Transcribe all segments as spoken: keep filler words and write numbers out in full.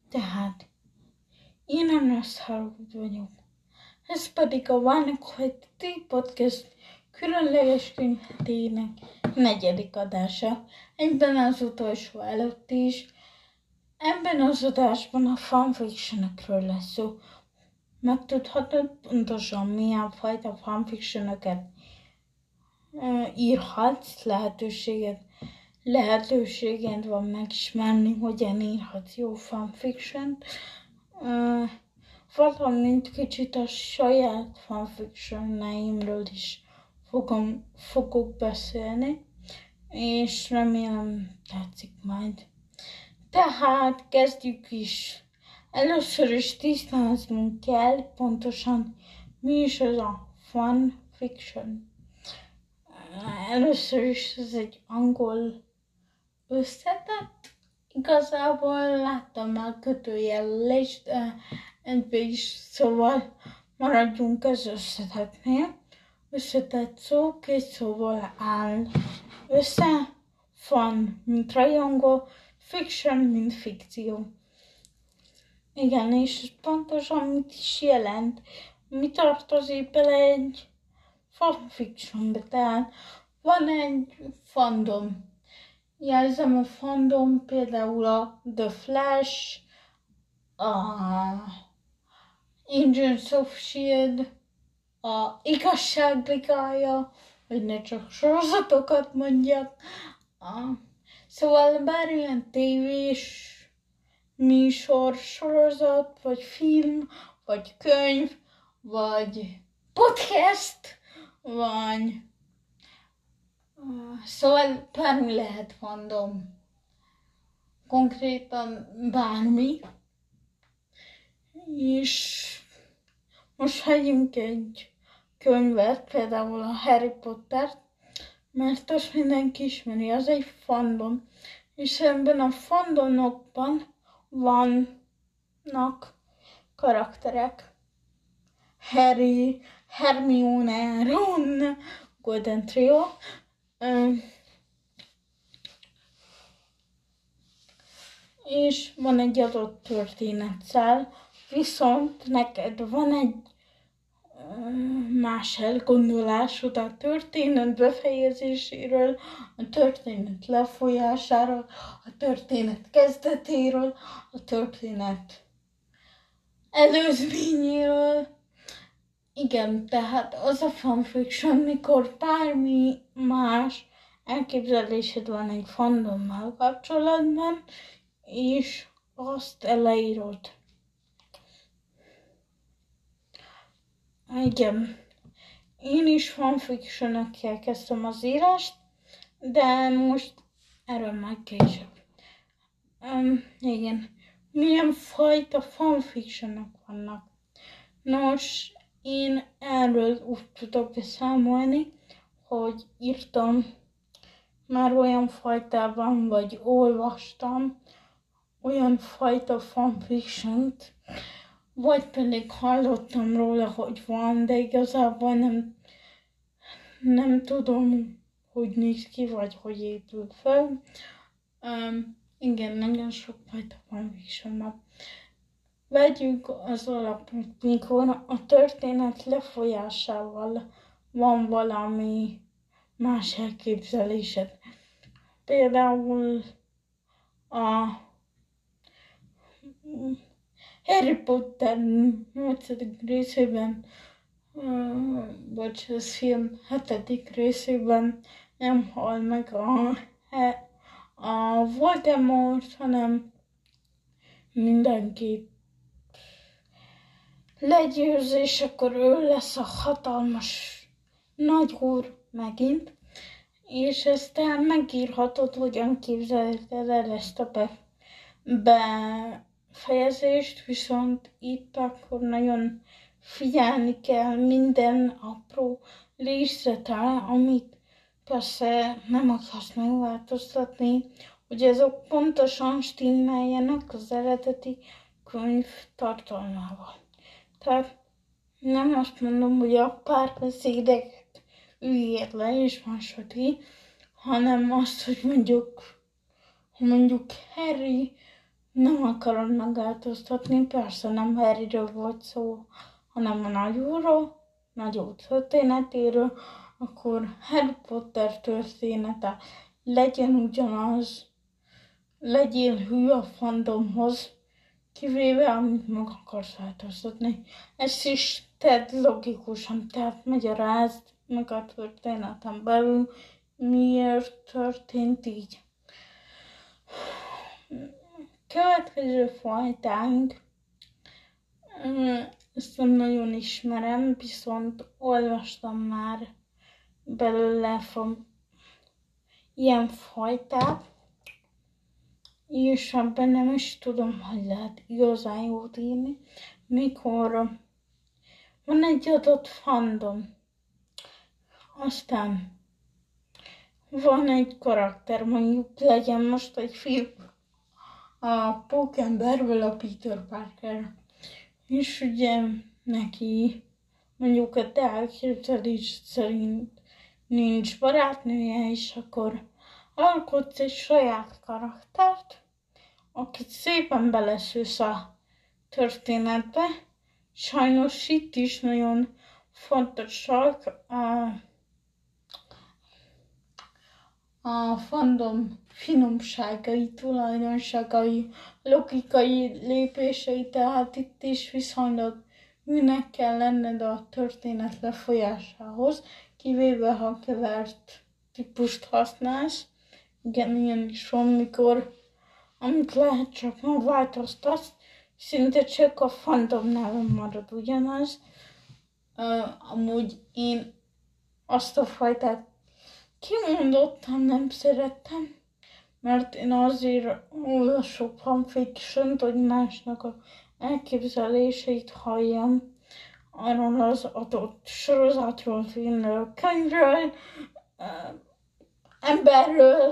Tehát én Ernest Harwood vagyok. Ez pedig a One Quality Podcast különleges könyvhetének negyedik adása. Egyben az utolsó előtt is. Ebben az adásban a fanfictionokról lesz szó. Megtudhatod pontosan milyen fajta fanfictionokat írhatsz, lehetőséget, lehetőséged van megismerni, hogyan írhatsz jó fanfiction-t, uh, valamint kicsit a saját fanfiction-neimről is fogom, fogok beszélni, és remélem tetszik majd. Tehát kezdjük is. Először is tisztáznunk kell pontosan, mi is az a fanfiction. Először is ez egy angol összetett. Igazából láttam már kötőjellel is, de egybe is, szóval maradjunk az összetettnél. Összetett szó, két szóval áll össze. Fun, mint rajongó, fiction, mint fikció. Igen, és pontosan mit is jelent, mi tartozik bele egy fanfictionbe, tehát van egy fandom. Jelzem a fandom, például a The Flash, a Agents of S H I E L D, a Igazságligája, hogy ne csak sorozatokat mondjak. A... Szóval bármilyen tévés műsor, sorozat, vagy film, vagy könyv, vagy podcast, vagy... Uh, szóval bármi lehet fandom. Konkrétan bármi. És most vegyünk egy könyvet, például a Harry Pottert, mert azt mindenki ismeri, az egy fandom. És ebben a fandomokban vannak karakterek. Harry, Hermione, Ron, Golden Trio. Um, és van egy adott történetszál, viszont neked van egy um, más elgondolásod a történet befejezéséről, a történet lefolyásáról, a történet kezdetéről, a történet előzményéről. Igen, tehát az a fanfiction, mikor bármi más elképzelésed van egy fandommal kapcsolatban, és azt eleírod. Igen, én is fanfiction-ökkel kezdtem az írást, de most erről már később. Um, igen, milyen fajta fanfiction-ök vannak? Nos, én erről úgy tudok beszámolni, hogy írtam már olyan fajtában, vagy olvastam olyan fajta fanfiction-t, vagy pedig hallottam róla, hogy van, de igazából nem, nem tudom, hogy néz ki, vagy hogy épül fel. Um, igen, nagyon sok fajta fanfiction van. Vegyük az alapot, mikor a történet lefolyásával van valami más elképzelésed. Például a Harry Potter nyolcadik részében, uh, vagy az film hetedik részében nem hal meg a, a Voldemort, hanem mindenki legyőz, és akkor ő lesz a hatalmas nagyúr megint, és aztán megírhatod, hogyan képzeled el ezt a be, befejezést, viszont itt akkor nagyon figyelni kell minden apró részletre, amit persze nem akarsz megváltoztatni, hogy azok pontosan stimmeljenek az eredeti könyv tartalmával. Tehát nem azt mondom, hogy a párbeszédeket üljél le és másod ki, hanem azt, hogy mondjuk, ha mondjuk Harry nem akarod megváltoztatni, persze nem Harryről volt szó, hanem a nagyúról, nagyú történetéről, akkor Harry Potter története legyen ugyanaz, legyél hű a fandomhoz, kivéve amit meg akarsz változtatni. Ezt is tedd logikusan, tehát magyarázd meg a történeten belül, miért történt így. Következő fajtánk, ezt nem nagyon ismerem, viszont olvastam már belőle ilyen fajtát, és ebben nem is tudom, hogy lehet igazán jót írni, mikor van egy adott fandom, aztán van egy karakter, mondjuk legyen most egy film, a Pókemberből a Peter Parker, és ugye neki mondjuk a te elképzelés szerint nincs barátnője, és akkor alkotsz egy saját karaktert, akit szépen beleszősz a történetbe. Sajnos itt is nagyon fontosak a, a fandom finomságai, tulajdonságai, logikai lépései, tehát itt is viszonylag hűnek kell lenned a történet lefolyásához, kivéve ha kevert típust használsz. Igen, ilyen is van, mikor amit lehet csak megváltoztatsz, szinte csak a fandomnál marad ugyanaz. Uh, amúgy én azt a fajtát kimondottan nem szerettem, mert én azért olvasok fanfiction-t, hogy másnak a elképzeléseit halljam arról az adott sorozatról, filmről, könyvről, uh, emberről.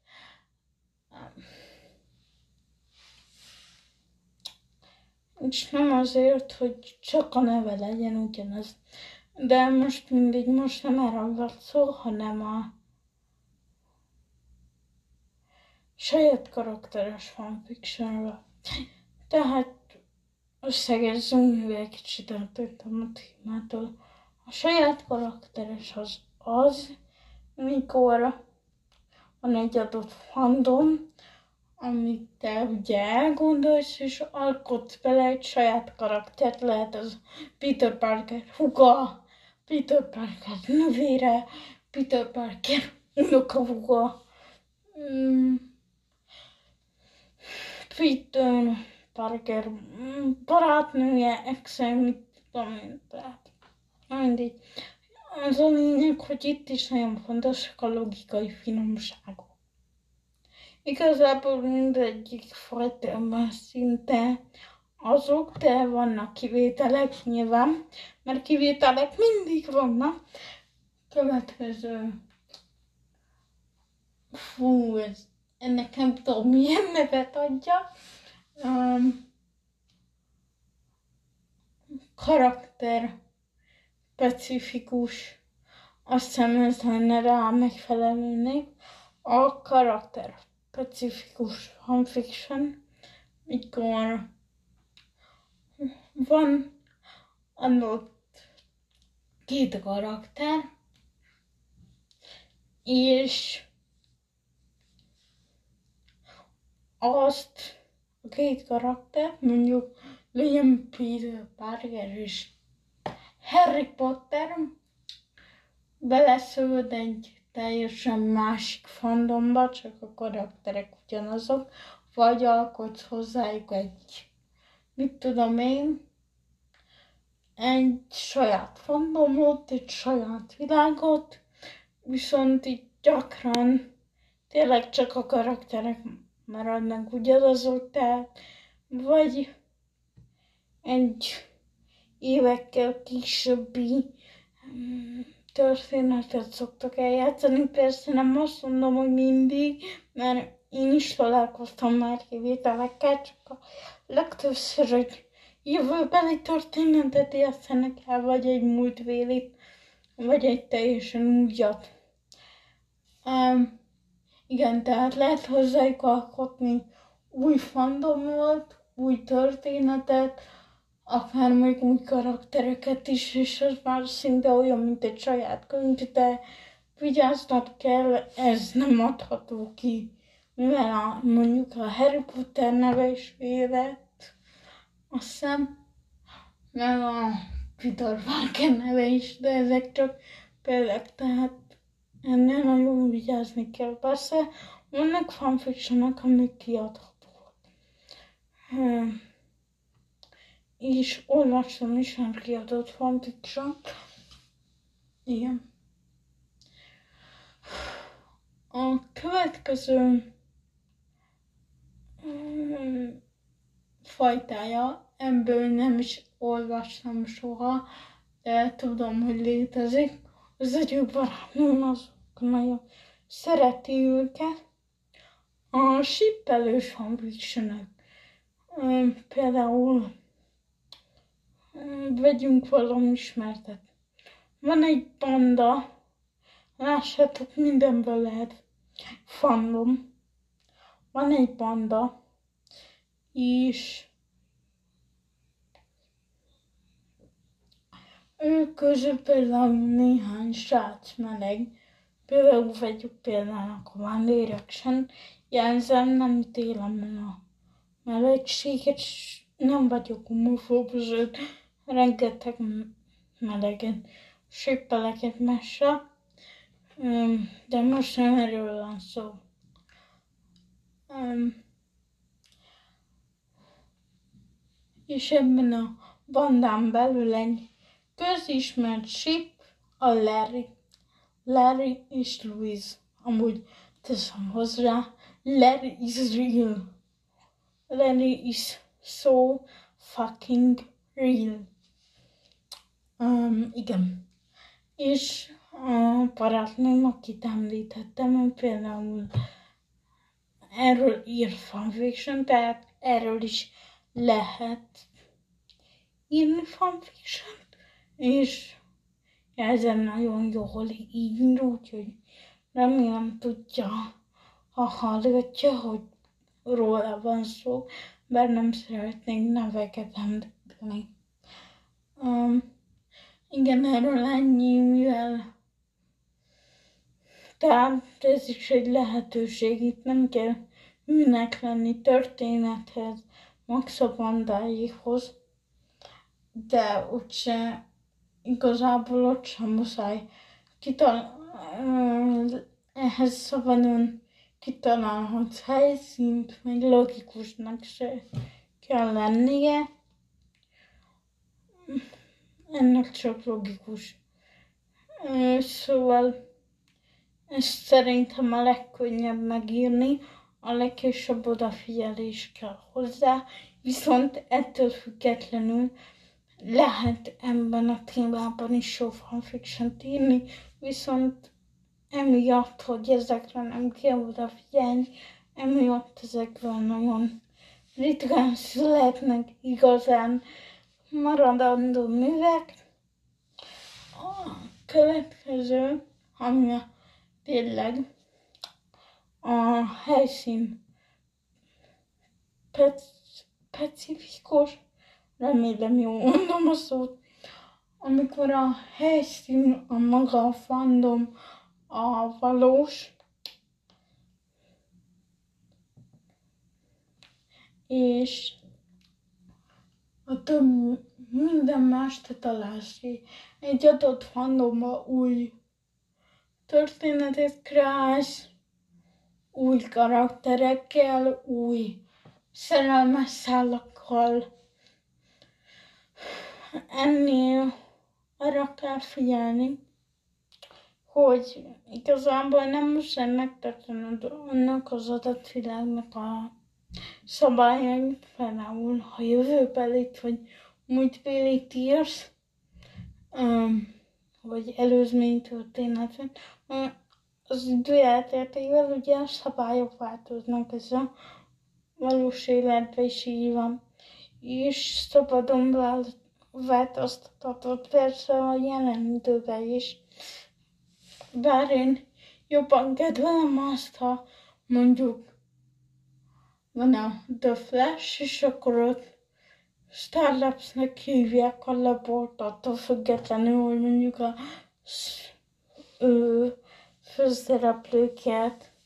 És nem azért, hogy csak a neve legyen ugyanaz. De most mindig, most nem erről van szó, hanem a saját karakteres fanfictionről. Tehát összegezzünk még egy kicsit eltértem a témától. A saját karakteres az az, mikor van egy adott fandom, amit te ugye elgondolsz, és alkotsz bele egy saját karaktert, lehet az Peter Parker húga, Peter Parker nővére, Peter Parker unokahúga, mm, Peter Parker barátnője, exe, mit tudom én, tehát mindig. Az a lényeg, hogy itt is nagyon fontosak a logikai finomságok. Igazából mindegyik fajtában szinte azok, de vannak kivételek nyilván, mert kivételek mindig vannak. Következő... Fú, ez, ennek nem tudom milyen nevet adja. Um, karakter specifikus, azt hiszem ez lenne rá megfelelő név. A karakter specifikus fanfiction, mikor van adott két karakter, és azt a két karakter, mondjuk legyen Peter Parker és Harry Potter, beleszövöd egy teljesen másik fandomba, csak a karakterek ugyanazok, vagy alkotsz hozzájuk egy, mit tudom én, egy saját fandomot, egy saját világot, viszont itt gyakran tényleg csak a karakterek maradnak ugyanazok, tehát vagy egy évekkel későbbi történetet szoktak eljátszani. Persze nem azt mondom, hogy mindig, mert én is találkoztam már kivételekkel, csak a legtöbbször egy jövőbeli történetet játszanak el, vagy egy múltvélit, vagy egy teljesen újat. Um, igen, tehát lehet hozzájuk alkotni új fandomot, új történetet, akár még új karaktereket is, és ez már szinte olyan, mint egy saját könyv, de vigyáznod kell, ez nem adható ki, mivel a, mondjuk a Harry Potter neve is védett, azt hiszem, meg a Peter Parker neve is, de ezek csak példák, tehát ennél nagyon vigyázni kell. Persze vannak fanfictionok, amik kiadhatóak. Hmm. És olvastam is már kiadott fanfiction. Igen. A következő um, fajtája, ebből nem is olvastam soha, de tudom, hogy létezik. Az egyik barátnőm azok nagyon szereti őket. A shippelős fanfictionek. Um, például um, vegyünk valami ismertet. Van egy banda, lássátok, mindenből lehet fandom. Van egy banda, és ők közül például néhány srác meleg, például vegyük például a One Direction, jelzem, nem ítélem a melegséget, nem vagyok homofób, sőt, rengeteg meleget sippelek egymással, de most nem erről van szó. És ebben a bandán belül egy közismert ship a Larry. Larry és Louise. Amúgy teszem hozzá, Larry is real. Larry is so fucking real. Um, igen. És a barátnőm, akit említettem, például erről ír fanfiction, tehát erről is lehet írni fanfiction, és ezen nagyon jól ír, úgyhogy remélem tudja, ha hallgatja, hogy róla van szó, bár nem szeretnék neveket említeni. Um, igen, erről ennyi, mivel tehát ez is egy lehetőség, itt nem kell hűnek lenni történethez, max a bandáikhoz, de úgyse igazából ott sem muszáj kital- ehhez szabadon kitalálhatsz helyszínt, meg logikusnak se kell lennie. Ennek csak logikus. Szóval ezt szerintem a legkönnyebb megírni, a legkisebb odafigyelés kell hozzá, viszont ettől függetlenül lehet ebben a témában is sok fanfiction-t írni, viszont emiatt, hogy ezekre nem kell odafigyelni, emiatt ezekből nagyon ritkán születnek igazán maradandó művek. A következő, ami a tényleg a helyszín specifikus, remélem jól mondom a szót, amikor a helyszín, a maga a fandom, a valós, és a több minden más te találsz ki. Egy adott fandomba új történetet kreálsz, új karakterekkel, új szerelmes szálakkal. Ennél arra kell figyelni, hogy igazából nem muszáj megtartanod annak az adatvilágnak a szabályait, például ha jövőbelit vagy múltbélit írsz, um, vagy előzménytörténetet, az idő elteltével ugye a szabályok változnak, ez a valós életben is így van, és szabadon változtathatod persze a jelen időben is. Bár én jobban kedvelem azt, ha mondjuk van a The Flash, és akkor ott Starlapsnek hívják a labort, attól függetlenül, hogy mondjuk a ő, főszereplőket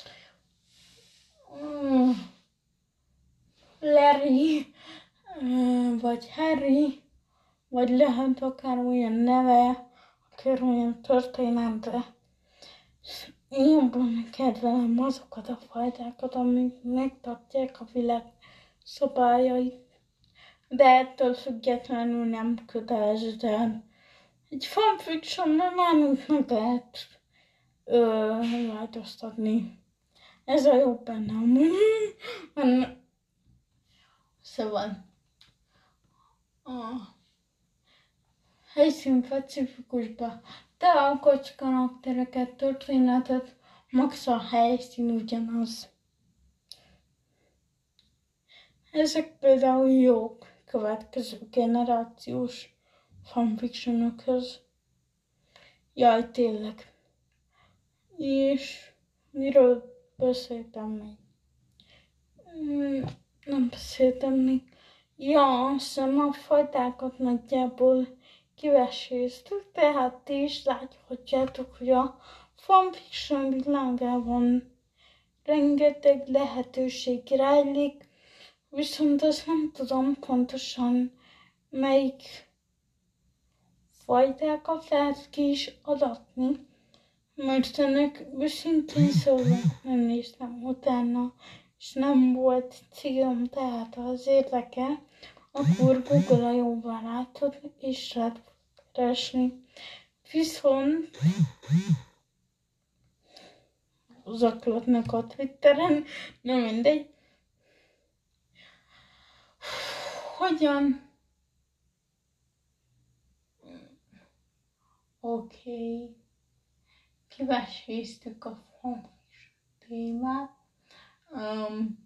Larry, vagy Harry, vagy lehet akár olyan neve, akár olyan történet, de én jobban kedvelem azokat a fajtákat, amik megtartják a világ szabályait. De ettől függetlenül nem kötelező, de egy fanfictionban már úgy meg lehet ö, változtatni. Ez a jó benne amúgy. Szóval a helyszín specifikusba te alkotsz karaktereket, történetet, max a helyszín ugyanaz. Ezek például jók következő generációs fanfictionökhöz. Jaj, tényleg. És miről beszéltem még? Hmm, nem beszéltem még. Ja, azt hiszem a fajtákat nagyjából kiveséztük, tehát ti is láthatjátok, hogy a fanfiction világában rengeteg lehetőség rejlik, viszont azt nem tudom pontosan melyik fajtákat lehet ki is adatni, mert ennek őszintén szóval nem néztem utána, és nem volt célom, tehát ha az érdekel, akkor Google a jó barátod, és lehet keresni. Viszont zaklatnak a Twitteren, nem mindegy. Hogyan? Oké. Okay. Kiveséztük a fanfiction témát. Um,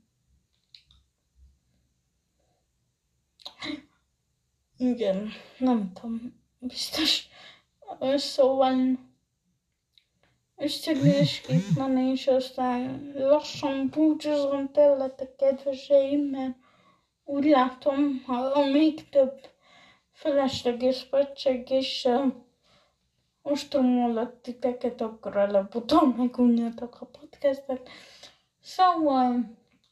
igen, nem tudom, biztos. Szóval összegésképp menni, és aztán lassan búcsúzom tőletek, kedveseim, mert úgy látom, ha még több felesleges pöccsegéssel ostromolok titeket, akkor előbb-utóbb megunjatok a podcastet. Szóval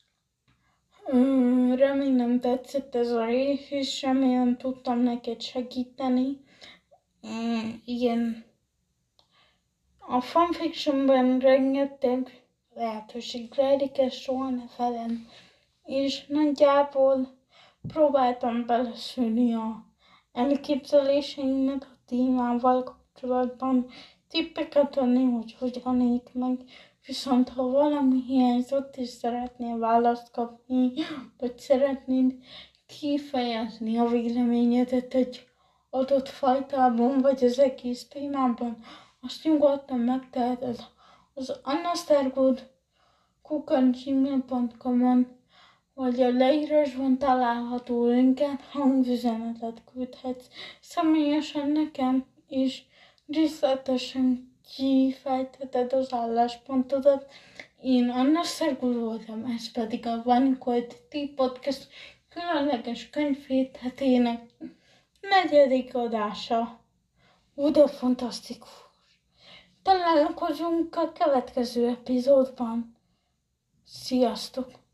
remélem tetszett ez a rész, és remélem tudtam neked segíteni. Igen, a fanfictionben rengeteg lehetőség rejlik, ezt soha ne feled. És nagyjából próbáltam beleszülni a elképzeléseimet a témával kapcsolatban, tippeket adni, hogy hogyan élt meg, viszont ha valami hiányzott és szeretnél választ kapni, vagy szeretnéd kifejezni a véleményedet egy adott fajtában, vagy az egész témában, azt nyugodtan megteheted az anasztergood kukac gmail pont com-on, vagy a leírásban található linken hangüzenetet küldhetsz személyesen nekem, és részletesen kifejtheted az álláspontodat. Én Anna Szergul voltam, ez pedig a One Quality Podcast különleges könyvvétetének negyedik adása. Uda fantasztikus! Találkozunk a következő epizódban. Sziasztok!